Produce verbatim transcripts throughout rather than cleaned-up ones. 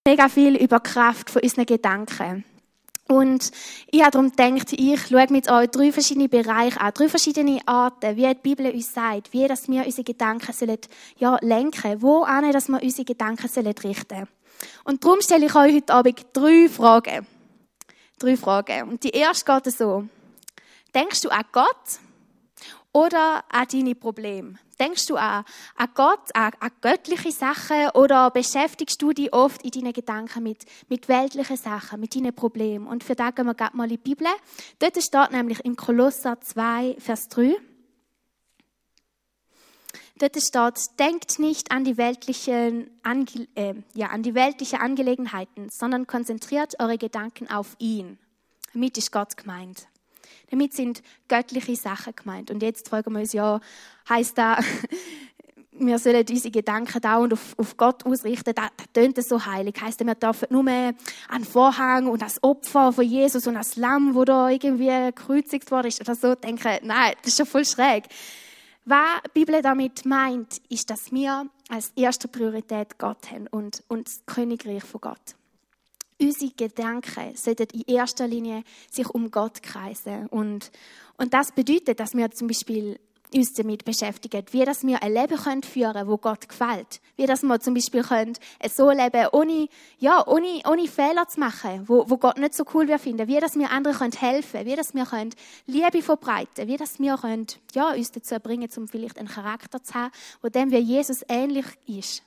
mega viel über die Kraft von unseren Gedanken. Und ich habe darum gedacht, ich schaue mit euch drei verschiedene Bereiche an, drei verschiedene Arten, wie die Bibel uns sagt, wie dass wir unsere Gedanken sollen, ja, lenken, wo an, dass wir unsere Gedanken sollen richten. Und darum stelle ich euch heute Abend drei Fragen. Drei Fragen. Und die erste geht so. Denkst du an Gott oder an deine Probleme? Denkst du an, an Gott, an, an göttliche Sachen oder beschäftigst du dich oft in deinen Gedanken mit, mit weltlichen Sachen, mit deinen Problemen? Und für das gehen wir gerade mal in die Bibel. Dort steht nämlich im Kolosser zwei, Vers drei. Dort steht, denkt nicht an die weltlichen, Ange- äh, ja, an die weltlichen Angelegenheiten, sondern konzentriert eure Gedanken auf ihn. Damit ist Gott gemeint. Damit sind göttliche Sachen gemeint. Und jetzt fragen wir uns, ja, heisst das, wir sollen unsere Gedanken dauernd auf, auf Gott ausrichten? Das, das tönt so heilig. Heisst das, wir dürfen nur an den Vorhang und das Opfer von Jesus und das Lamm, das da irgendwie gekreuzigt worden ist, oder so denken? Nein, das ist schon voll schräg. Was die Bibel damit meint, ist, dass wir als erste Priorität Gott haben und, und das Königreich von Gott. Unsere Gedanken sollten in erster Linie sich um Gott kreisen. Und, und das bedeutet, dass wir zum Beispiel uns damit beschäftigen, wie dass wir ein Leben führen können, wo Gott gefällt. Wie dass wir zum Beispiel können, so leben ohne, ja, ohne, ohne Fehler zu machen, wo, wo Gott nicht so cool wir finden. Wie dass wir anderen helfen können. Wie dass wir können Liebe verbreiten. Wie dass wir können, ja, uns dazu bringen, um vielleicht einen Charakter zu haben, wo dem wir Jesus ähnlich ist.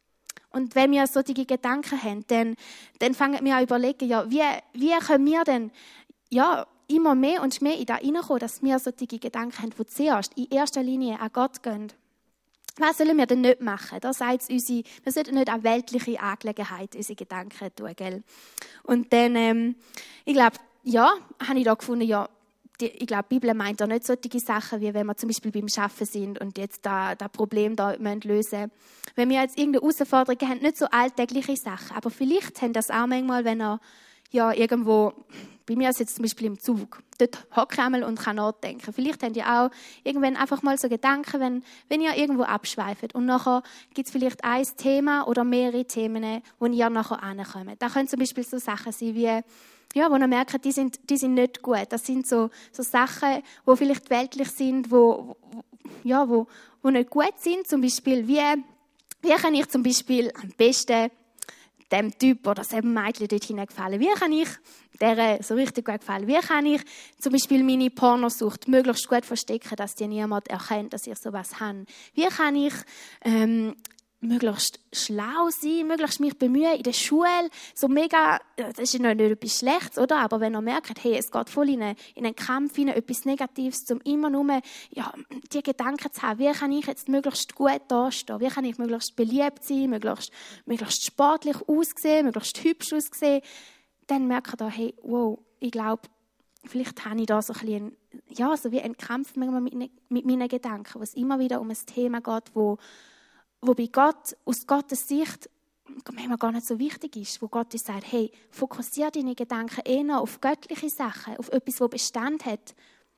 Und wenn wir solche Gedanken haben, dann, dann fangen wir an zu überlegen, ja, wie, wie können wir denn ja, immer mehr und mehr in das hineinkommen, dass wir solche Gedanken haben, die zuerst in erster Linie an Gott gehen. Was sollen wir denn nicht machen? Da sagt es unsere, wir sollten nicht an weltliche Angelegenheiten unsere Gedanken tun, gell? Und dann, ähm, ich glaube, ja, habe ich da gefunden, ja, die, ich glaube, die Bibel meint da nicht solche Sachen, wie wenn wir zum Beispiel beim Arbeiten sind und jetzt da, das Problem da lösen müssen. Wenn wir jetzt irgendeine Herausforderung haben, nicht so alltägliche Sachen, aber vielleicht haben das auch manchmal, wenn er ja irgendwo, bei mir ist jetzt zum Beispiel im Zug, dort hocke ich einmal und kann nachdenken. Vielleicht habt ihr auch irgendwann einfach mal so Gedanken, wenn, wenn ihr irgendwo abschweift. Und nachher gibt es vielleicht ein Thema oder mehrere Themen, wo ihr nachher hinkommt. Da können zum Beispiel so Sachen sein wie, ja, wo ihr merkt, die sind, die sind nicht gut. Das sind so, so Sachen, die vielleicht weltlich sind, wo, wo, ja, wo, wo nicht gut sind. Zum Beispiel, wie, wie kann ich zum Beispiel am besten dem Typ oder dem Mädchen dort hinein gefallen? Wie kann ich der so richtig gut gefallen? Wie kann ich zum Beispiel meine Pornosucht möglichst gut verstecken, dass die niemand erkennt, dass ich sowas habe? Wie kann ich ähm, möglichst schlau sein, möglichst mich bemühen in der Schule, so mega, das ist ja nicht etwas Schlechtes, oder? Aber wenn ihr merkt, hey, es geht voll in einen, in einen Kampf, in etwas Negatives, um immer nur, ja, die Gedanken zu haben, wie kann ich jetzt möglichst gut dastehen, wie kann ich möglichst beliebt sein, möglichst, möglichst sportlich aussehen, möglichst hübsch aussehen, dann merkt ihr, hey, wow, ich glaube, vielleicht habe ich da so ein bisschen, ja, so wie einen Kampf manchmal mit, mit meinen Gedanken, wo es immer wieder um ein Thema geht, wo wo bei Gott, aus Gottes Sicht, manchmal gar nicht so wichtig ist, wo Gott uns sagt, hey, fokussiere deine Gedanken eher auf göttliche Sachen, auf etwas, das Bestand hat.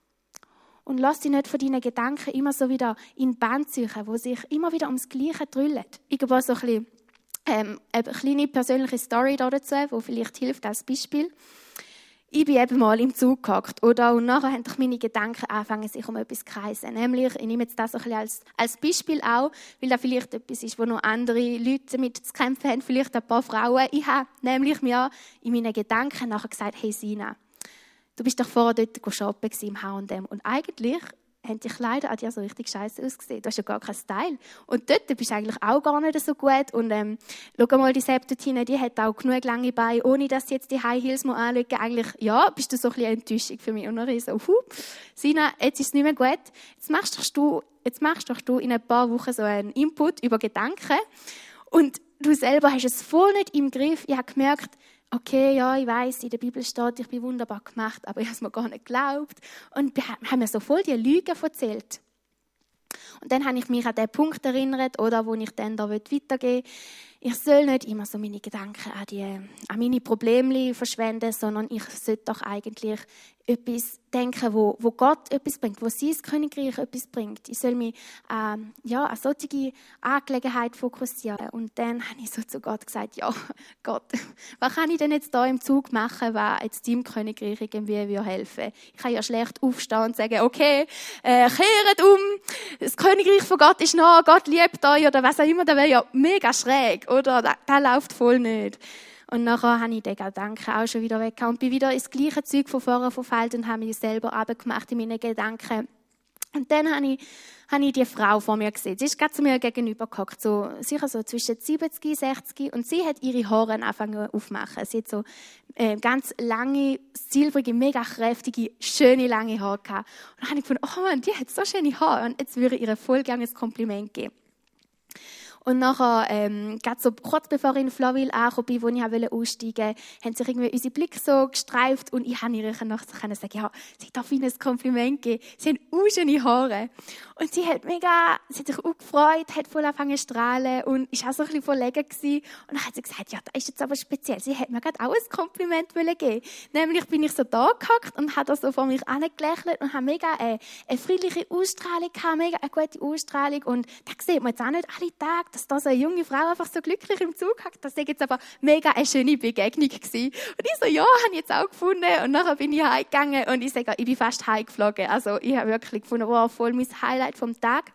Und lass dich nicht von deinen Gedanken immer so wieder in den Bann ziehen, wo sich immer wieder ums Gleiche drüllen. Irgendwo so ein bisschen, ähm, eine kleine persönliche Story dazu, die vielleicht hilft als Beispiel. Ich bin eben mal im Zug gehockt, oder? Und nachher haben meine Gedanken angefangen, sich um etwas zu kreisen. Nämlich, ich nehme jetzt das so ein bisschen als, als Beispiel auch, weil das vielleicht etwas ist, wo noch andere Leute mit zu kämpfen haben, vielleicht ein paar Frauen. Ich habe nämlich mir in meinen Gedanken nachher gesagt, hey Sina, du bist doch vorher dort shoppen im H und M. Und eigentlich haben die Kleider an dir so richtig scheiße ausgesehen. Du hast ja gar keinen Style. Und dort bist du eigentlich auch gar nicht so gut. Und ähm, schau mal, die Sepp dort hinten, die hat auch genug lange Beine, ohne dass sie jetzt die High Heels mal anschauen. Eigentlich, ja, bist du so ein bisschen Enttäuschung für mich. Und dann ich so, huh, Sina, jetzt ist es nicht mehr gut. Jetzt machst doch du, jetzt machst doch du in ein paar Wochen so einen Input über Gedanken. Und du selber hast es voll nicht im Griff. Ich habe gemerkt, okay, ja, ich weiss, in der Bibel steht, ich bin wunderbar gemacht, aber ich habe es mir gar nicht geglaubt. Und wir haben mir so voll die Lügen erzählt. Und dann habe ich mich an den Punkt erinnert, oder, wo ich dann da weitergehen will. ich soll nicht immer so meine Gedanken an, die, an meine Probleme verschwenden, sondern ich sollte doch eigentlich etwas denken, wo, wo Gott etwas bringt, wo sein Königreich etwas bringt. Ich soll mich ähm, ja, an solche Angelegenheit fokussieren. Und dann habe ich so zu Gott gesagt, ja, Gott, was kann ich denn jetzt da im Zug machen, was jetzt deinem Königreich irgendwie helfen würde? Ich kann ja schlecht aufstehen und sagen, okay, äh, kehrt um, das Königreich von Gott ist nah, Gott liebt euch oder was auch immer, das wäre ja mega schräg, oder? Das, das läuft voll nicht. Und nachher habe ich den Gedanken auch schon wieder weggehauen und bin wieder ins gleiche Zeug von vorher verfallen und habe mich selber runtergemacht in meinen Gedanken. Und dann habe ich, habe ich die Frau vor mir gesehen. Sie ist gerade zu mir gegenüber gehockt, so, sicher so zwischen siebzig und sechzig. Und sie hat ihre Haare angefangen aufzumachen. Sie hat so äh, ganz lange, silbrige, mega kräftige, schöne, lange Haare gehabt. Und dann habe ich gefunden, oh Mann, die hat so schöne Haare. Und jetzt würde ich ihr voll gerne ein Kompliment geben. Und nachher, ähm, gerade so kurz bevor ich in Flawil angekommen bin, wo ich aussteigen wollte, haben sich irgendwie unsere Blicke so gestreift und ich habe ihr nachher so sagen, ja, sie darf Ihnen ein Kompliment geben. Sie haben auch schöne Haare. Und sie hat mega, sie hat sich auch gefreut, hat voll angefangen zu strahlen und ist auch so ein bisschen verlegen gewesen. Und dann hat sie gesagt, ja, das ist jetzt aber speziell. Sie hat mir gerade auch ein Kompliment geben. Nämlich bin ich so da gehockt und habe so vor mich angelächelt und habe mega eine, eine friedliche Ausstrahlung gehabt, mega eine gute Ausstrahlung. Und das sieht man jetzt auch nicht alle Tage, dass da so eine junge Frau einfach so glücklich im Zug hockt. Das war jetzt aber mega eine schöne Begegnung gewesen. Und ich so, ja, habe ich jetzt auch gefunden. Und nachher bin ich heimgegangen und ich sage, ich bin fast heimgeflogen. Also ich habe wirklich gefunden, wow, voll mein Highlight vom Tag.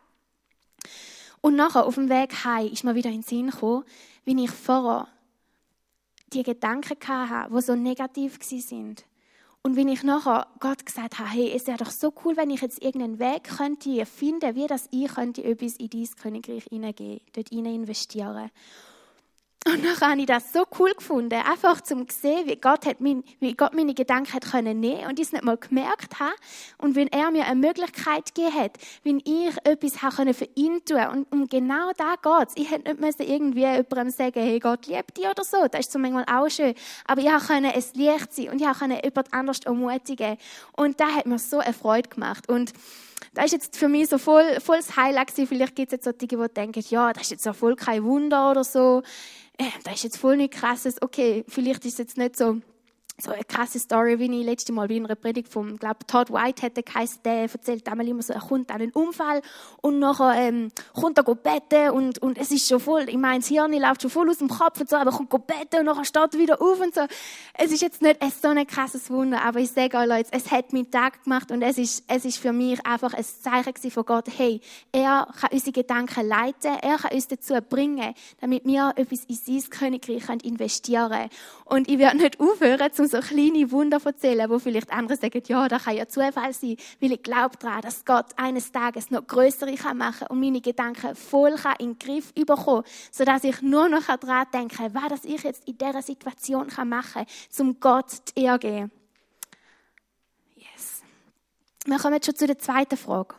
Und nachher auf dem Weg heim ist mir wieder in den Sinn gekommen, wie ich vorher die Gedanken hatte, die so negativ waren. Und wenn ich nachher Gott gesagt habe, hey, es wäre doch so cool, wenn ich jetzt irgendeinen Weg könnte finden, wie das ich könnte etwas in dein Königreich hineingehen, dort hinein investieren. Und nachher habe ich das so cool gefunden, einfach zum sehen, wie Gott, hat mein, wie Gott meine Gedanken hat können nehmen und ich es nicht mal gemerkt habe. Und wenn er mir eine Möglichkeit gegeben hat, wenn ich etwas habe können für ihn tun. Und um genau da geht es. Ich hätte nicht müssen irgendwie jemandem sagen, hey, Gott liebt dich oder so. Das ist so manchmal auch schön. Aber ich konnte es Licht sein und ich konnte jemand anderes ermutigen. Und das hat mir so eine Freude gemacht. Und das ist jetzt für mich so voll, voll das Highlight gewesen. Vielleicht gibt es jetzt solche, die denken, ja, das ist jetzt auch voll kein Wunder oder so. Äh, das ist jetzt voll nichts Krasses. Okay, vielleicht ist es jetzt nicht so, so eine krasse Story, wie ich letztes Mal bei einer Predigt vom, glaube Todd White hätte geheißen, der erzählt einmal immer so, er kommt an einen Unfall und nachher ähm, kommt er go betten und, und es ist schon voll, ich meine, das Hirn läuft schon voll aus dem Kopf und so, aber er kommt go betten und nachher steht er wieder auf und so. Es ist jetzt nicht so ein krasses Wunder, aber ich sage euch, Leute, es hat meinen Tag gemacht und es ist, es ist für mich einfach ein Zeichen von Gott, hey, er kann unsere Gedanken leiten, er kann uns dazu bringen, damit wir etwas in sein Königreich investieren können. Und ich werde nicht aufhören, um so kleine Wunder zu erzählen, wo vielleicht andere sagen, ja, das kann ja Zufall sein, weil ich glaube daran, dass Gott eines Tages noch grössere kann machen und meine Gedanken voll kann in den Griff bekommen, sodass ich nur noch daran denken kann, was ich jetzt in dieser Situation machen kann, um Gott die Ehre zu geben. Yes. Wir kommen jetzt schon zu der zweiten Frage.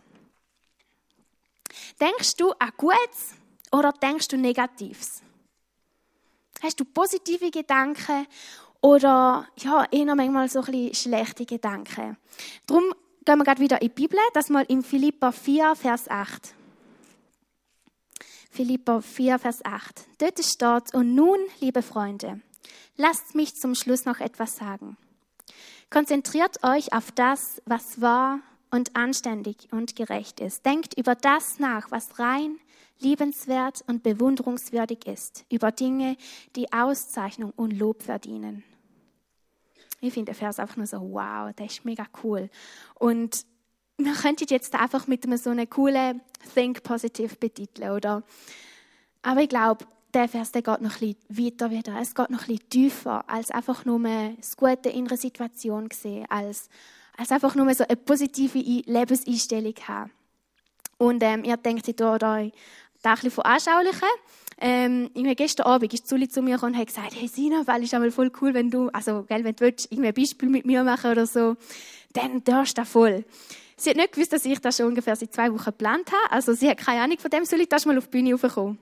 Denkst du an Gutes oder denkst du Negatives? Hast du positive Gedanken oder ja, eher manchmal so ein bisschen schlechte Gedanken? Darum gehen wir gerade wieder in die Bibel, das mal in Philipper vier, Vers acht. Philipper vier, Vers acht. Dort steht, und nun, liebe Freunde, lasst mich zum Schluss noch etwas sagen. Konzentriert euch auf das, was wahr und anständig und gerecht ist. Denkt über das nach, was rein, liebenswert und bewunderungswürdig ist, über Dinge, die Auszeichnung und Lob verdienen. Ich finde den Vers einfach nur so, wow, der ist mega cool. Und man könnte jetzt einfach mit einem so einem coolen Think Positive betiteln, oder? Aber ich glaube, der Vers, der geht noch ein bisschen weiter wieder. Es geht noch ein bisschen tiefer, als einfach nur das Gute in einer Situation sehen, als, als einfach nur so eine positive Lebenseinstellung haben. Und ähm, ihr denkt, ich tue euch da ein bisschen veranschaulichen. Ähm, gestern Abend ist Zuli zu mir und hat gesagt, hey Sina, weil ist einmal voll cool, wenn du, also gell, wenn du willst, ein Beispiel mit mir machen oder so, dann darfst du das voll. Sie hat nicht gewusst, dass ich das schon ungefähr seit zwei Wochen geplant habe. Also sie hat keine Ahnung von dem, soll ich das mal auf die Bühne raufkommen?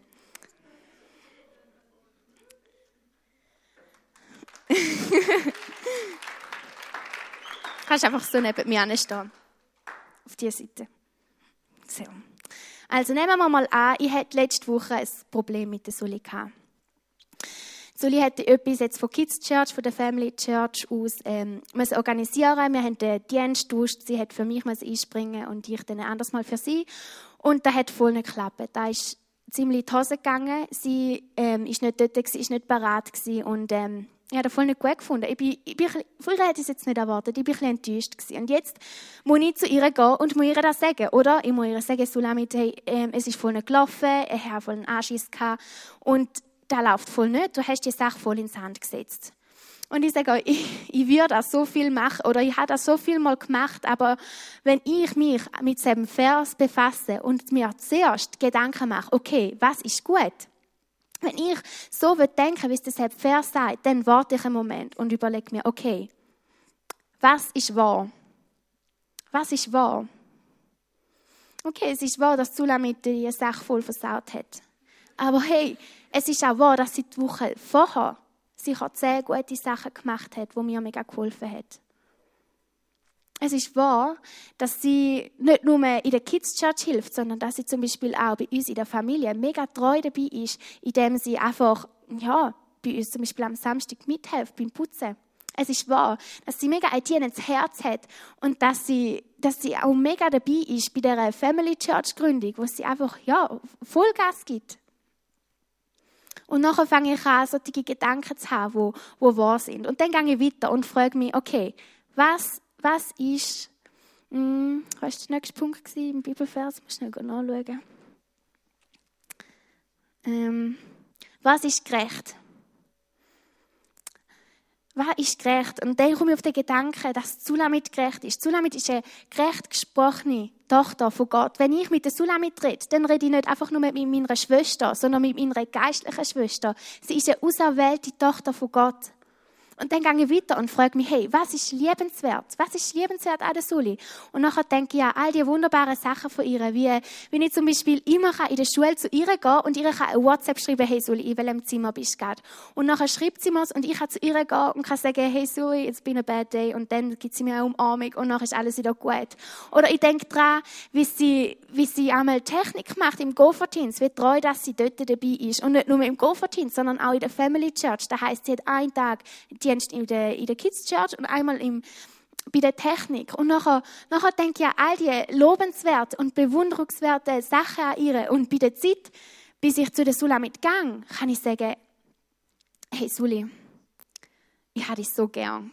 Kannst einfach so neben mir anstehen. Auf dieser Seite. So. Also nehmen wir mal an, ich hatte letzte Woche ein Problem mit der Sully gehabt. Sully hätte etwas jetzt von Kids Church, von der Family Church aus ähm, müssen organisieren. Wir haben den Dienst getauscht. Sie hat für mich einspringen und ich dann anders mal für sie. Und das hat voll nicht geklappt. Da ist ziemlich in die Hose gegangen. Sie ähm, ist nicht dort, ist nicht bereit gewesen und ähm, ich habe das voll nicht gut gefunden. Ich bin, ich bin, früher hätte ich es jetzt nicht erwartet. Ich bin ein bisschen enttäuscht gewesen. Und jetzt muss ich zu ihr gehen und muss ihr das sagen, oder? Ich muss ihr sagen, Sulamit, hey, ähm, es ist voll nicht gelaufen, ich habe voll einen Anschiss gehabt und das läuft voll nicht. Du hast die Sache voll ins Hand gesetzt. Und ich sage euch, ich, ich würde das so viel machen, oder ich habe das so viel mal gemacht, aber wenn ich mich mit diesem Vers befasse und mir zuerst Gedanken mache, okay, was ist gut? Wenn ich so denke, wie es der Vers sagt, dann warte ich einen Moment und überlege mir, okay, was ist wahr? Was ist wahr? Okay, es ist wahr, dass Sulamit die Sache voll versaut hat. Aber hey, es ist auch wahr, dass sie die Woche vorher sicher zehn gute Sachen gemacht hat, die mir mega geholfen hat. Es ist wahr, dass sie nicht nur in der Kids Church hilft, sondern dass sie zum Beispiel auch bei uns in der Familie mega treu dabei ist, indem sie einfach, ja, bei uns zum Beispiel am Samstag mithilft beim Putzen. Es ist wahr, dass sie mega ein ins Herz hat und dass sie, dass sie auch mega dabei ist bei der Family Church Gründung, wo sie einfach, ja, Vollgas gibt. Und nachher fange ich an, solche Gedanken zu haben, die, die wahr sind. Und dann gehe ich weiter und frage mich, okay, was Was ist, mh, was war der nächste Punkt im Bibelvers? Ich muss schnell nachschauen. Ähm, was ist gerecht? Was ist gerecht? Und dann komme ich auf den Gedanken, dass Sulamit gerecht ist. Sulamit ist eine gerecht gesprochene Tochter von Gott. Wenn ich mit der Sulamit rede, dann rede ich nicht einfach nur mit meiner Schwester, sondern mit meiner geistlichen Schwester. Sie ist eine auserwählte Tochter von Gott. Und dann gehe ich weiter und frage mich, hey, was ist liebenswert? Was ist liebenswert an der Sully? Und nachher denke ich an all die wunderbaren Sachen von ihr, wie wenn ich zum Beispiel immer in der Schule zu ihr gehen und ihr kann eine WhatsApp schreiben, hey Sully, in welchem Zimmer bist du gerade? Und nachher schreibt sie mir und ich kann zu ihr gehen und kann sagen, hey Sully, it's been a bad day. Und dann gibt sie mir eine Umarmung und nachher ist alles wieder gut. Oder ich denke daran, wie sie, wie sie einmal Technik macht im Goferdienst, wie treu, dass sie dort dabei ist. Und nicht nur im Goferdienst, sondern auch in der Family Church. Das heisst, sie hat einen Tag Dienst in der, in der Kids Church und einmal im, bei der Technik. Und nachher, nachher denke ich an all die lobenswerten und bewunderungswerten Sachen an ihr. Und bei der Zeit, bis ich zu der Sulamit gang, kann ich sagen, hey Suli, ich habe dich so gern.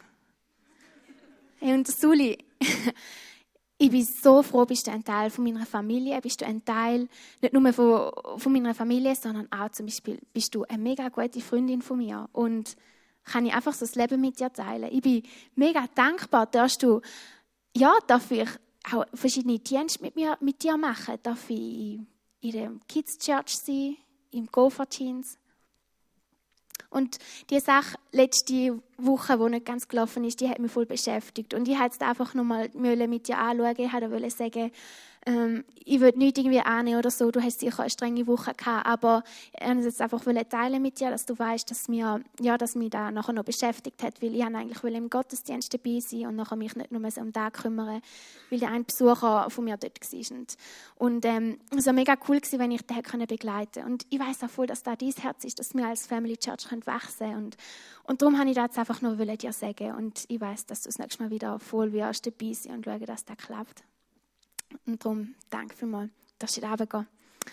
Hey, und Suli, ich bin so froh, bist du ein Teil von meiner Familie, bist du ein Teil nicht nur von, von meiner Familie, sondern auch zum Beispiel bist du eine mega gute Freundin von mir. Und kann ich einfach so das Leben mit dir teilen. Ich bin mega dankbar, dass du, ja, darf ich auch verschiedene Dienste mit, mir, mit dir machen. Darf ich in der Kids Church sein, im Goferdienst. Und die Sache letzte Woche, die nicht ganz gelaufen ist, die hat mich voll beschäftigt. Und ich wollte es einfach nochmal mit dir anschauen. Ich wollte sagen, ähm, ich will nichts irgendwie annehmen oder so. Du hast sicher eine strenge Woche gehabt. Aber ich wollte es jetzt einfach teilen mit dir, dass du weißt, dass, mir, ja, dass mich das nachher noch beschäftigt hat. Weil ich eigentlich im Gottesdienst dabei sein und nachher mich nicht nur um das kümmern, weil der ein Besucher von mir dort war. Und, und ähm, es war mega cool, wenn ich den begleiten konnte. Und ich weiss auch voll, dass das dein Herz ist, dass wir als Family Church wachsen können. Und, und darum wollte ich das jetzt einfach nur dir sagen. Und ich weiss, dass du das nächste Mal wieder voll wirst dabei sein und schauen, dass das klappt. Und darum danke vielmals, dass ich da runtergehe.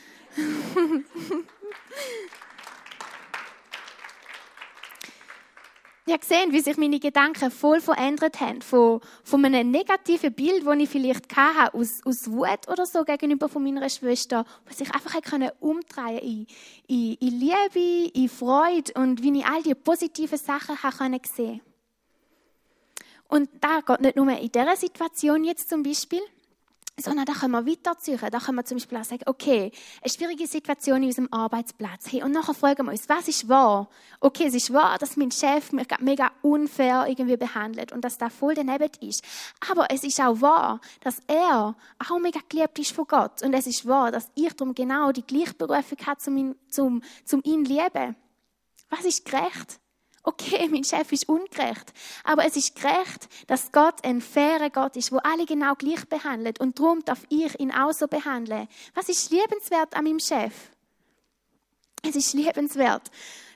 Ich habe gesehen, wie sich meine Gedanken voll verändert haben. Von, von einem negativen Bild, das ich vielleicht hatte, aus, aus Wut oder so gegenüber von meiner Schwester, was ich einfach umdrehen konnte in, in, in Liebe, in Freude und wie ich all die positiven Sachen sehen konnte. Und da geht nicht nur in dieser Situation jetzt zum Beispiel, sondern da können wir weiterziehen. Da können wir zum Beispiel auch sagen, okay, eine schwierige Situation in unserem Arbeitsplatz. Hey, und nachher fragen wir uns, was ist wahr? Okay, es ist wahr, dass mein Chef mich mega unfair irgendwie behandelt und dass da voll daneben ist. Aber es ist auch wahr, dass er auch mega geliebt ist von Gott. Und es ist wahr, dass ich darum genau die gleiche Berufung habe, zum, zum, zum ihn lieben. Was ist gerecht? Okay, mein Chef ist ungerecht, aber es ist gerecht, dass Gott ein fairer Gott ist, wo alle genau gleich behandelt und darum darf ich ihn auch so behandeln. Was ist liebenswert an meinem Chef? Es ist liebenswert,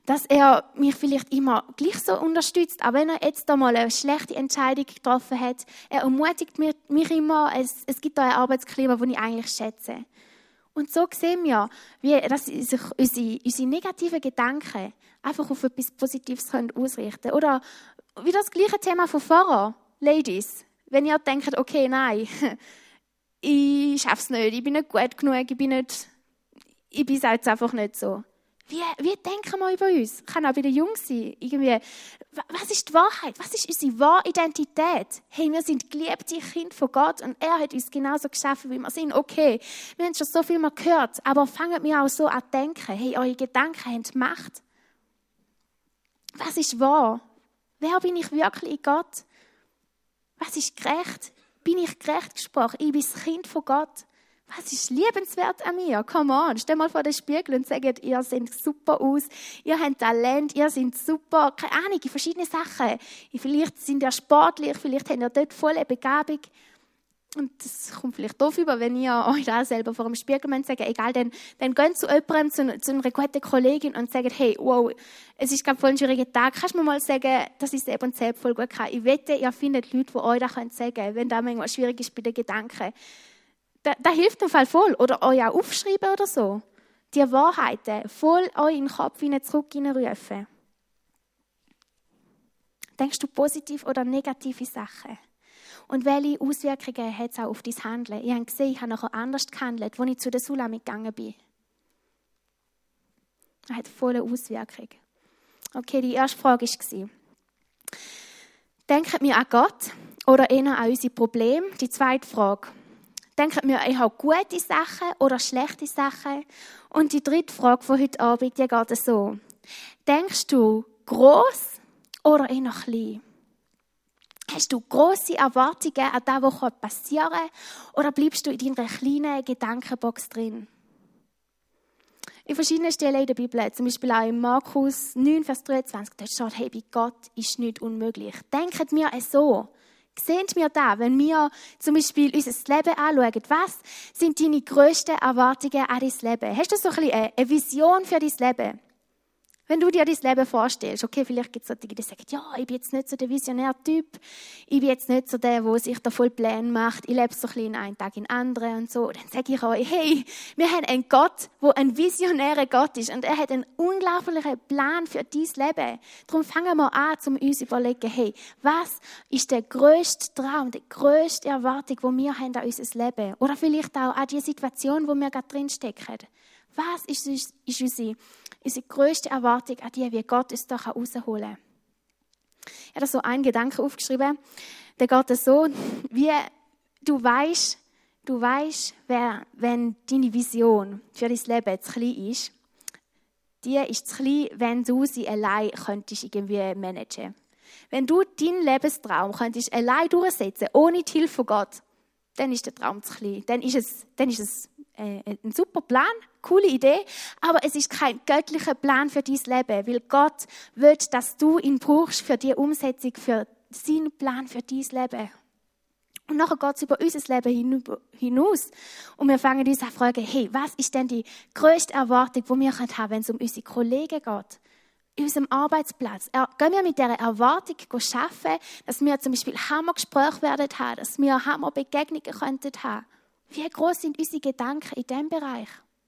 dass er mich vielleicht immer gleich so unterstützt, auch wenn er jetzt einmal eine schlechte Entscheidung getroffen hat. Er ermutigt mich, mich immer, es, es gibt da ein Arbeitsklima, das ich eigentlich schätze. Und so sehen wir, wie dass sich unsere, unsere negativen Gedanken einfach auf etwas Positives ausrichten können. Oder wie das gleiche Thema von vorher, Ladies. Wenn ihr denkt, okay, nein, ich schaffe es nicht, ich bin nicht gut genug, ich bin nicht, ich bin jetzt einfach nicht so. Wie, wie denken wir über uns? Kann auch bei den Jungs sein. Irgendwie, was ist die Wahrheit? Was ist unsere wahre Identität? Hey, wir sind geliebte Kinder von Gott und er hat uns genauso geschaffen, wie wir sind. Okay, wir haben schon so viel mal gehört, aber fangen wir auch so an zu denken. Hey, eure Gedanken haben Macht. Was ist wahr? Wer bin ich wirklich in Gott? Was ist gerecht? Bin ich gerecht gesprochen? Ich bin das Kind von Gott. Was ist liebenswert an mir? Come on, stell mal vor den Spiegel und sag, ihr seht super aus, ihr habt Talent, ihr seid super, keine Ahnung, verschiedene Sachen. Vielleicht sind ihr sportlich, vielleicht habt ihr dort volle Begabung. Und das kommt vielleicht doof über, wenn ihr euch da selber vor dem Spiegel müsst sagen, egal, dann, dann geht zu jemandem, zu, zu einer guten Kollegin und sagt, hey, wow, es ist gerade voll ein schwieriger Tag, kannst du mir mal sagen, dass ich selbst und selbst voll gut kann? Ich wette, ihr findet Leute, die euch das sagen können, wenn das manchmal schwierig ist bei den Gedanken. Das, das hilft im Fall voll. Oder euch auch aufschreiben oder so. Die Wahrheiten voll euch in den Kopf zurück hineinrufen. Denkst du positiv oder negative Sachen? Und welche Auswirkungen hat es auch auf dein Handeln? Ich habe gesehen, ich habe nachher anders gehandelt, als ich zu der Sula mitgegangen bin. Das hat volle Auswirkungen. Okay, die erste Frage war, denken wir an Gott oder eher an unsere Probleme? Die zweite Frage, denken wir, ich habe gute Sachen oder schlechte Sachen? Und die dritte Frage von heute Abend, die geht so. Denkst du gross oder eher klein? Hast du grosse Erwartungen an das, was passieren kann? Oder bleibst du in deiner kleinen Gedankenbox drin? In verschiedenen Stellen in der Bibel, zum Beispiel auch in Markus neun, Vers dreiundzwanzig, dort steht, hey, bei Gott ist nichts unmöglich. Denken wir so. Sehen wir da, wenn wir zum Beispiel unser Leben anschauen, was sind deine grössten Erwartungen an dein Leben? Hast du so ein bisschen eine Vision für dein Leben? Wenn du dir dein Leben vorstellst, okay, vielleicht gibt es solche, die sagen, ja, ich bin jetzt nicht so der Visionär-Typ, ich bin jetzt nicht so der, der sich da voll Pläne macht, ich lebe so ein bisschen einen Tag in anderen und so. Dann sage ich euch, hey, wir haben einen Gott, der ein visionärer Gott ist und er hat einen unglaublichen Plan für dein Leben. Darum fangen wir an, um uns zu überlegen, hey, was ist der grösste Traum, die grösste Erwartung, die wir haben an unser Leben? Oder vielleicht auch an die Situation, wo wir gerade drinstecken. Was ist, ist, ist unsere, unsere grösste Erwartung an die, wie Gott uns da rausholen kann? Ich habe so einen Gedanken aufgeschrieben, der geht so, wie du weißt, du weißt, wer, wenn deine Vision für dein Leben zu klein ist, die ist zu klein, wenn du sie allein könntest irgendwie managen. Wenn du deinen Lebenstraum könntest allein durchsetzen, ohne die Hilfe von Gott, dann ist der Traum zu klein. Dann ist es, dann ist es äh, ein super Plan, coole Idee, aber es ist kein göttlicher Plan für dein Leben, weil Gott will, dass du ihn brauchst für die Umsetzung, für seinen Plan für dein Leben. Und nachher geht es über unser Leben hinaus. Und wir fangen uns an zu fragen, hey, was ist denn die grösste Erwartung, die wir haben können, wenn es um unsere Kollegen geht? In unserem Arbeitsplatz. Gehen wir mit dieser Erwartung arbeiten, dass wir zum Beispiel Hammergespräche werden haben, dass wir Hammerbegegnungen könnten haben. Wie groß sind unsere Gedanken in diesem Bereich?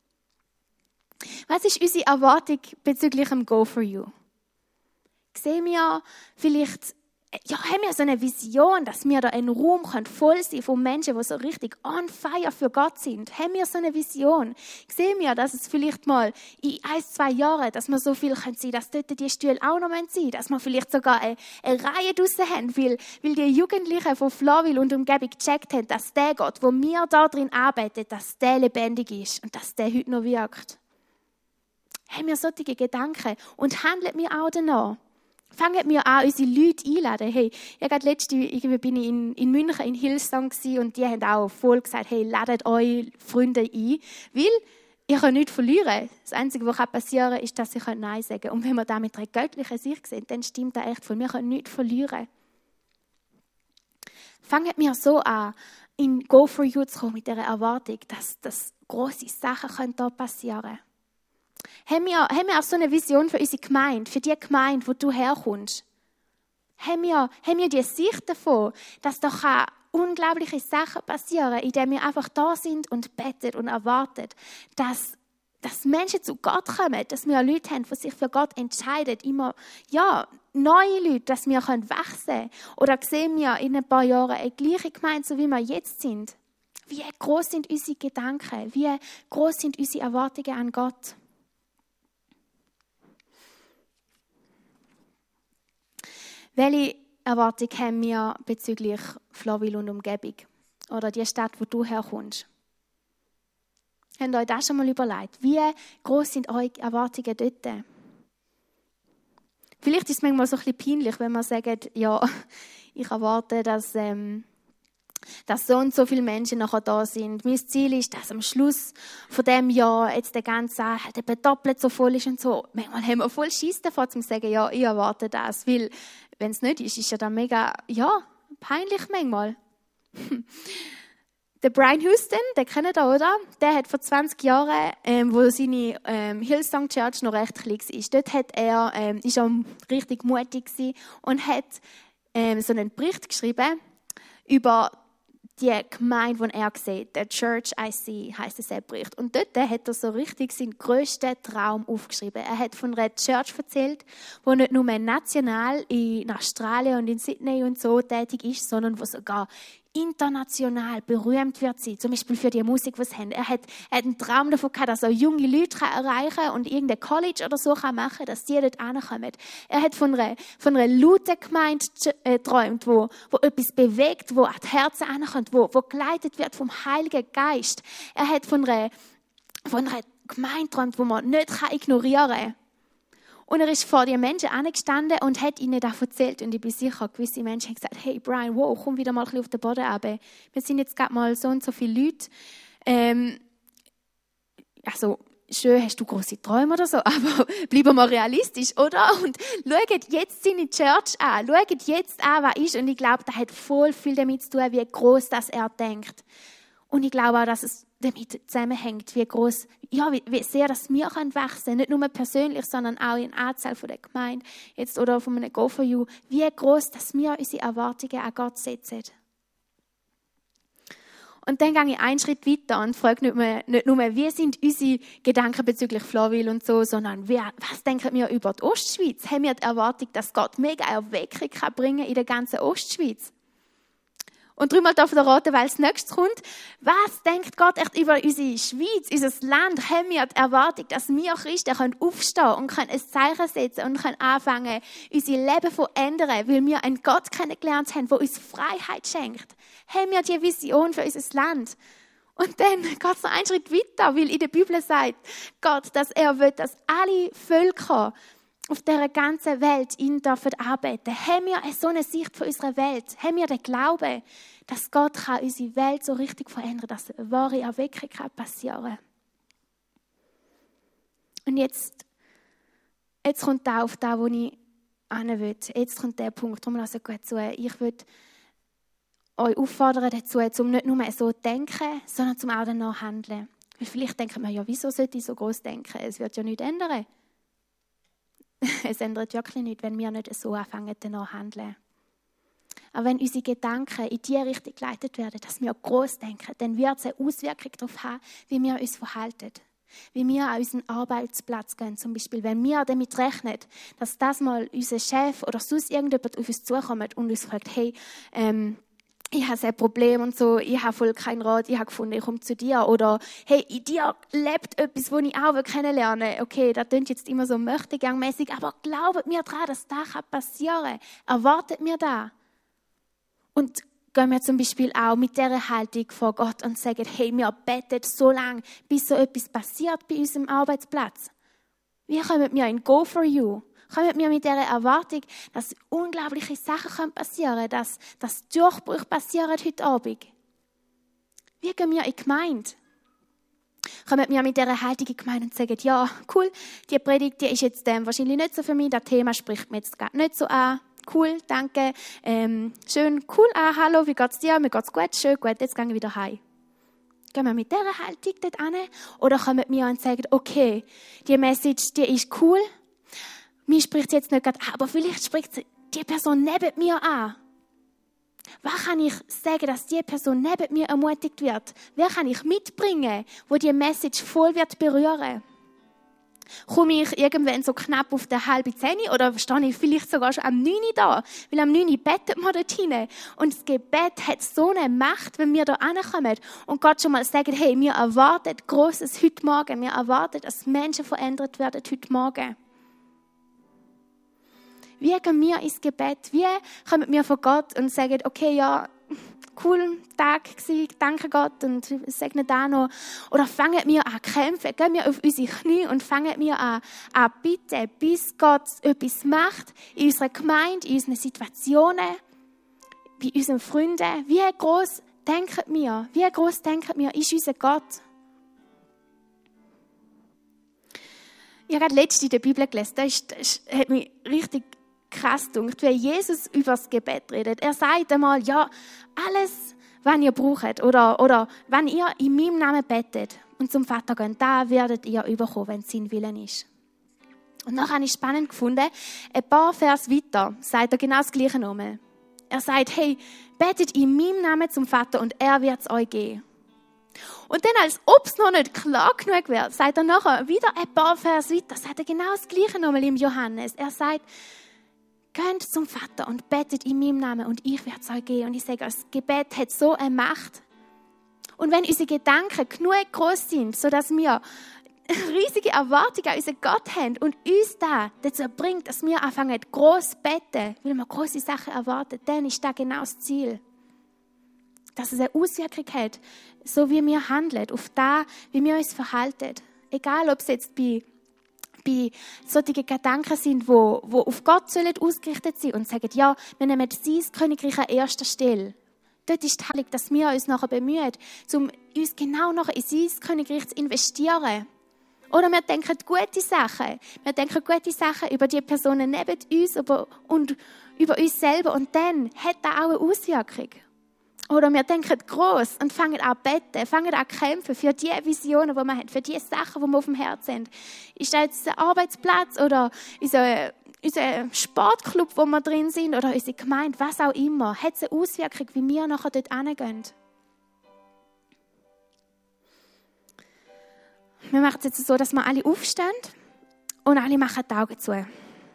Was ist unsere Erwartung bezüglich dem Go for You? Sehen wir vielleicht, ja, haben wir so eine Vision, dass wir da einen Raum können, voll sein von Menschen, die so richtig on fire für Gott sind? Haben wir so eine Vision? Sehen wir, dass es vielleicht mal in ein, zwei Jahren, dass wir so viel sein können, dass dort die Stühle auch noch sein müssen, dass wir vielleicht sogar eine, eine Reihe draussen haben, weil, weil die Jugendlichen von Flawil und Umgebung gecheckt haben, dass der Gott, wo wir da drin arbeiten, dass der lebendig ist und dass der heute noch wirkt. Haben wir solche Gedanken und handeln wir auch danach? Fangen wir an, unsere Leute einzuladen. Hey, ja, gerade letzte irgendwie bin ich in, in München in Hillsong und die haben auch voll gesagt, hey, ladet eure Freunde ein, weil ihr könnt nichts verlieren. Das Einzige, was passieren kann, ist, dass sie Nein sagen können. Und wenn wir da mit einer göttlichen Sicht sehen, dann stimmt das echt voll. Wir können nichts verlieren. Fangen wir so an, in Go for You zu kommen, mit dieser Erwartung, dass, dass grosse Sachen da passieren können. Haben wir, haben wir auch so eine Vision für unsere Gemeinde, für die Gemeinde, wo du herkommst? Haben wir, haben wir die Sicht davon, dass da kann unglaubliche Sachen passieren, indem wir einfach da sind und beten und erwarten, dass, dass Menschen zu Gott kommen, dass wir Leute haben, die sich für Gott entscheiden, immer, ja, neue Leute, dass wir wachsen können. Oder sehen wir in ein paar Jahren eine gleiche Gemeinde, so wie wir jetzt sind? Wie groß sind unsere Gedanken? Wie groß sind unsere Erwartungen an Gott? Welche Erwartung haben wir bezüglich Flawil und Umgebung? Oder die Stadt, wo du herkommst? Habt ihr euch das schon mal überlegt? Wie groß sind eure Erwartungen dort? Vielleicht ist es manchmal so ein bisschen peinlich, wenn man sagt, ja, ich erwarte, dass, ähm, dass so und so viele Menschen nachher da sind. Mein Ziel ist, dass am Schluss von dem Jahr jetzt der ganze Saal halt eben doppelt so voll ist und so. Manchmal haben wir voll Schiss davor, zu sagen, ja, ich erwarte das, weil wenn es nicht ist, ist ja dann mega, ja, peinlich manchmal. Der Brian Houston, den kennt ihr, oder? Der hat vor zwanzig Jahren, ähm, wo seine ähm, Hillsong Church noch recht klein war, dort hat er, ähm, ist er richtig mutig gewesen und hat ähm, so einen Bericht geschrieben über die Gemeinde, die er sieht. The Church I See heisst es, der Bericht. Und dort hat er so richtig seinen grössten Traum aufgeschrieben. Er hat von einer Church erzählt, die nicht nur national in Australien und in Sydney und so tätig ist, sondern die sogar international berühmt wird sie, zum Beispiel für die Musik, die sie haben. Er hat, er hat einen Traum davon gehabt, dass er junge Leute erreichen kann und irgendein College oder so kann machen kann, dass die dort hinkommen. Er hat von einer, von einer lauten Gemeinde geträumt, wo, wo etwas bewegt, wo an die Herzen hinkommt, wo, wo geleitet wird vom Heiligen Geist. Er hat von einer, von einer Gemeinde geträumt, wo man nicht ignorieren kann. Und er ist vor den Menschen angestanden und hat ihnen das erzählt. Und ich bin sicher, gewisse Menschen haben gesagt, hey Brian, wow, komm wieder mal ein bisschen auf den Boden runter. Wir sind jetzt gerade mal so und so viele Leute. Ähm, also, schön hast du grosse Träume oder so, aber bleiben wir realistisch, oder? Und schaut jetzt seine Church an. Schaut jetzt an, was ist. Und ich glaube, das hat voll viel damit zu tun, wie gross das er denkt. Und ich glaube auch, dass es damit zusammenhängt, wie groß, ja, wie, wie sehr dass wir können wachsen, nicht nur persönlich, sondern auch in der Anzahl der Gemeinde jetzt oder von einem Go for You, wie groß, dass wir unsere Erwartungen an Gott setzen. Und dann gehe ich einen Schritt weiter und frage nicht, mehr, nicht nur, wie sind unsere Gedanken bezüglich Flawil und so, sondern wer, was denken wir über die Ostschweiz? Haben wir die Erwartung, dass Gott mega Erweckung kann bringen in der ganzen Ostschweiz? Und dreimal darf der raten, weil es nächstes kommt. Was denkt Gott echt über unsere Schweiz, unser Land? Haben wir die Erwartung, dass wir Christen können aufstehen und können ein Zeichen setzen und können anfangen, unser Leben zu verändern, weil wir einen Gott kennengelernt haben, der uns Freiheit schenkt? Haben wir die Vision für unser Land? Und dann geht es noch einen Schritt weiter, weil in der Bibel sagt Gott, dass er will, dass alle Völker auf dieser ganzen Welt ihn dürfen arbeiten. Haben wir so eine Sicht von unserer Welt? Haben wir den Glauben, dass Gott kann unsere Welt so richtig verändern kann, dass eine wahre Erweckung passieren kann? Und jetzt, jetzt kommt da auf das, wo ich hin will. Jetzt kommt der Punkt, darum lasst gut zu. Ich will euch auffordern dazu, um nicht nur so zu denken, sondern zum auch danach handeln. Weil vielleicht denkt man, ja, wieso sollte ich so groß denken? Es wird ja nichts ändern. Es ändert wirklich nichts, wenn wir nicht so anfangen, danach zu handeln. Aber wenn unsere Gedanken in die Richtung geleitet werden, dass wir gross denken, dann wird es eine Auswirkung darauf haben, wie wir uns verhalten. Wie wir an unseren Arbeitsplatz gehen. Zum Beispiel, wenn wir damit rechnen, dass das mal unser Chef oder sonst irgendjemand auf uns zukommt und uns fragt, hey, ähm, ich habe ein Problem und so, ich habe voll keinen Rat, ich habe gefunden, ich komme zu dir. Oder, hey, in dir lebt etwas, das ich auch kennenlernen will. Okay, das klingt jetzt immer so möchtegangmäßig, aber glaubt mir daran, dass das passieren kann. Erwartet mir das. Und gehen wir zum Beispiel auch mit dieser Haltung vor Gott und sagen, hey, wir beten so lange, bis so etwas passiert bei unserem Arbeitsplatz. Wie kommen wir in Go for You? Kommen wir mit dieser Erwartung, dass unglaubliche Sachen passieren können, dass, dass Durchbrüche passieren heute Abend. Wie gehen wir in die Gemeinde? Kommen wir mit dieser Haltung in die Gemeinde und sagen, ja, cool, die Predigt die ist jetzt ähm, wahrscheinlich nicht so für mich, das Thema spricht mir jetzt gerade nicht so an. Cool, danke, ähm, schön, cool, ah, hallo, wie geht's dir? Mir geht's gut, schön, gut, jetzt gehen wir wieder heim. Gehen wir mit dieser Haltung dort hin? Oder kommen wir und sagen, okay, die Message, die ist cool. Mir spricht sie jetzt nicht gerade an, aber vielleicht spricht sie die Person neben mir an. Was kann ich sagen, dass die Person neben mir ermutigt wird? Wer kann ich mitbringen, wo die Message voll wird berühren? Komme ich irgendwann so knapp auf der halben Zehn oder stehe ich vielleicht sogar schon am neun da? Weil am neun bettet man dort hinein. Und das Gebet hat so eine Macht, wenn wir da ankommen und Gott schon mal sagt, hey, wir erwarten Grosses heute Morgen. Wir erwarten, dass Menschen verändert werden heute Morgen. Wie gehen wir ins Gebet? Wie kommen wir vor Gott und sagen, okay, ja, cooler Tag gewesen, danke Gott und segne da noch. Oder fangen wir an kämpfen, gehen wir auf unsere Knie und fangen wir an, an bitten, bis Gott etwas macht in unserer Gemeinde, in unseren Situationen, bei unseren Freunden. Wie gross denken wir? Wie gross denken wir, ist unser Gott? Ich habe gerade letztens in der Bibel gelesen, das, ist, das hat mich richtig krass gedacht, wie Jesus über das Gebet redet. Er sagt einmal, ja, alles, was ihr braucht, oder, oder wenn ihr in meinem Namen betet und zum Vater geht, da werdet ihr überkommen, wenn es sein Willen ist. Und dann habe ich spannend gefunden, ein paar Vers weiter sagt er genau das Gleiche nochmal. Er sagt, hey, betet in meinem Namen zum Vater und er wird es euch geben. Und dann, als ob es noch nicht klar genug wäre, sagt er nachher wieder ein paar Vers weiter, sagt er genau das Gleiche nochmal im Johannes. Er sagt, geht zum Vater und betet in meinem Namen und ich werde es euch geben. Und ich sage, das Gebet hat so eine Macht. Und wenn unsere Gedanken genug groß sind, sodass wir riesige Erwartungen an unseren Gott haben und uns da dazu bringt, dass wir anfangen, gross zu beten, weil wir grosse Sachen erwarten, dann ist das genau das Ziel. Dass es eine Auswirkung hat, so wie wir handeln, auf das, wie wir uns verhalten. Egal, ob es jetzt bei bei solchen Gedanken sind, die, die auf Gott sollen ausgerichtet sind und sagen, ja, wir nehmen sein Königreich an erster Stelle. Dort ist die Handlung, dass wir uns nachher bemühen, um uns genau nachher in sein Königreich zu investieren. Oder wir denken gute Sachen. Wir denken gute Sachen über die Personen neben uns und über uns selber. Und dann hat das auch eine Auswirkung. Oder wir denken gross und fangen an zu beten, fangen an zu kämpfen für die Visionen, die wir haben, für die Sachen, die wir auf dem Herzen haben. Ist das jetzt ein Arbeitsplatz oder unser, unser Sportclub, wo wir drin sind, oder unsere Gemeinde, was auch immer, hat es eine Auswirkung, wie wir nachher dort hingehen. Wir machen es jetzt so, dass wir alle aufstehen und alle machen die Augen zu.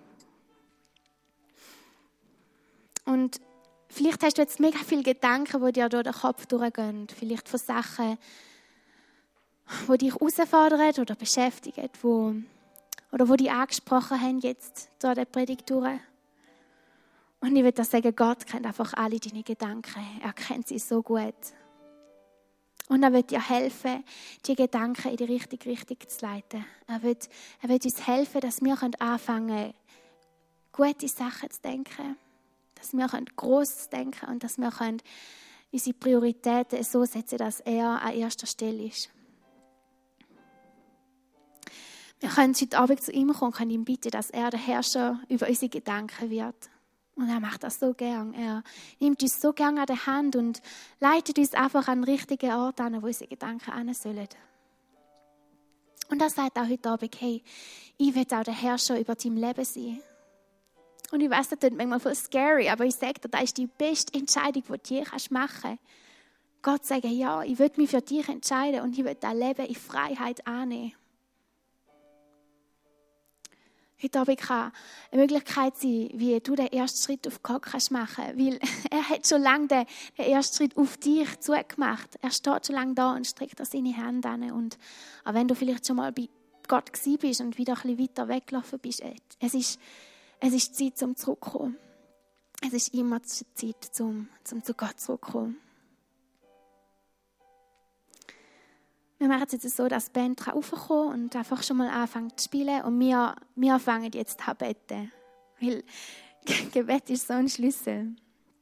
Und vielleicht hast du jetzt mega viele Gedanken, die dir durch den Kopf durchgehen. Vielleicht von Sachen, die dich herausfordern oder beschäftigen, wo, oder die dich angesprochen haben jetzt durch die Predigt durch. Und ich würde sagen, Gott kennt einfach alle deine Gedanken. Er kennt sie so gut. Und er wird dir helfen, die Gedanken in die richtige Richtung zu leiten. Er wird, er wird uns helfen, dass wir anfangen können, gute Sachen zu denken. Dass wir gross denken können und dass wir unsere Prioritäten so setzen, dass er an erster Stelle ist. Wir können heute Abend zu ihm kommen und können ihm bitten, dass er der Herrscher über unsere Gedanken wird. Und er macht das so gern. Er nimmt uns so gern an die Hand und leitet uns einfach an den richtigen Ort an, wo unsere Gedanken hin sollen. Und er sagt auch heute Abend, hey, ich will auch der Herrscher über dein Leben sein. Und ich weiss, das klingt manchmal voll scary, aber ich sage dir, das ist die beste Entscheidung, die du je machen kannst. Gott sagt, ja, ich will mich für dich entscheiden und ich will dein Leben in Freiheit annehmen. Heute Abend kann eine Möglichkeit sein, wie du den ersten Schritt auf Gott machen kannst, weil er hat schon lange den, den ersten Schritt auf dich zugemacht. Er steht schon lange da und streckt seine Hände an. Und auch wenn du vielleicht schon mal bei Gott gewesen bist und wieder ein bisschen weiter weggelaufen bist, es ist Es ist Zeit, um zurückzukommen. Es ist immer Zeit, um, um zu Gott zurückzukommen. Wir machen es jetzt so, dass die Band raufkommt und einfach schon mal anfängt zu spielen. Und wir, wir fangen jetzt an zu beten. Weil Gebet ist so ein Schlüssel.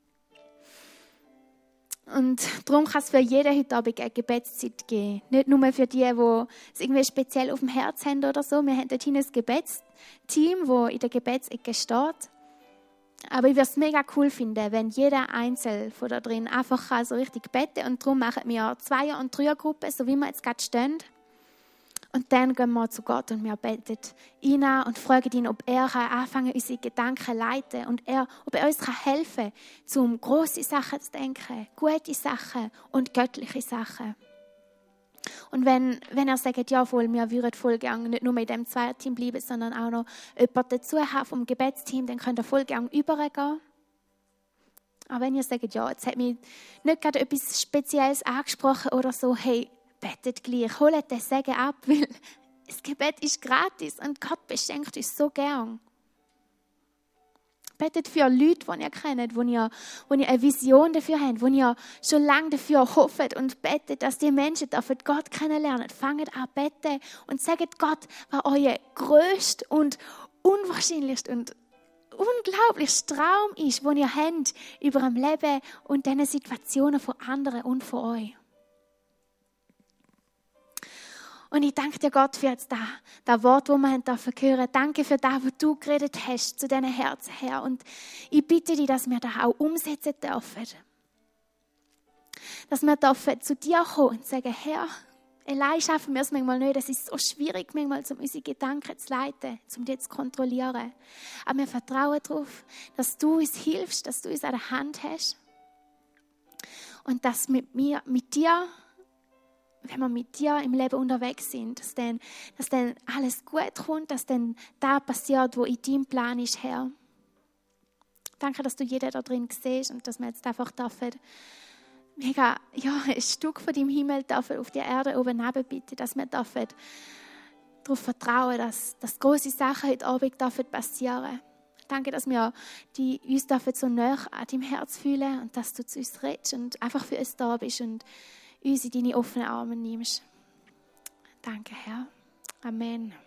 Und darum kann es für jeden heute Abend eine Gebetszeit geben. Nicht nur für die, die es irgendwie speziell auf dem Herz haben oder so. Wir haben dort ein Gebetsteam, das in der Gebetsecke steht. Aber ich würde es mega cool finden, wenn jeder Einzelne von da drin einfach so richtig beten und darum machen wir Zweier- und Dreiergruppen, so wie wir jetzt gerade stehen. Und dann gehen wir zu Gott und wir beten ihn an und fragen ihn, ob er anfangen unsere Gedanken zu leiten und er, ob er uns helfen kann, um grosse Sachen zu denken, gute Sachen und göttliche Sachen. Und wenn, wenn er sagt, ja voll, wir würden voll gerne nicht nur mit dem Zweierteam bleiben, sondern auch noch jemanden dazu haben vom Gebetsteam, dann könnt ihr voll gerne übergehen. Aber wenn ihr sagt, ja, jetzt hat mich nicht gerade etwas Spezielles angesprochen oder so, hey, betet gleich, holt den Segen ab, weil das Gebet ist gratis und Gott beschenkt uns so gern. Betet für Leute, die ihr kennt, wo ihr, wo ihr eine Vision dafür habt, wo ihr schon lange dafür hofft und betet, dass die Menschen dürfen Gott kennenlernen. Fangt an beten und sagt Gott, was euer grösster und unwahrscheinlichster und unglaublichster Traum ist, den ihr habt über dem Leben und diesen Situationen von anderen und von euch. Und ich danke dir, Gott, für jetzt das, das Wort, das wir hören dürfen. Danke für das, was du geredet hast zu diesen Herzen her. Und ich bitte dich, dass wir das auch umsetzen dürfen. Dass wir dürfen zu dir kommen und sagen, Herr, allein schaffen wir es manchmal nicht. Es ist so schwierig, manchmal, um unsere Gedanken zu leiten, um die zu kontrollieren. Aber wir vertrauen darauf, dass du uns hilfst, dass du uns an der Hand hast. Und dass mit mir, mit dir, wenn wir mit dir im Leben unterwegs sind, dass dann, dass dann alles gut kommt, dass dann das passiert, was in deinem Plan ist, Herr. Danke, dass du jeden da drin siehst und dass wir jetzt einfach dürfen, mega, ja, ein Stück von deinem Himmel dürfen auf die Erde oben neben bitten, dass wir dürfen darauf vertrauen, dass, dass große Sachen heute Abend dürfen passieren. Danke, dass wir die, uns dürfen so nah an deinem Herz fühlen und dass du zu uns redest und einfach für uns da bist und uns in deine offenen Arme nimmst. Danke, Herr. Amen.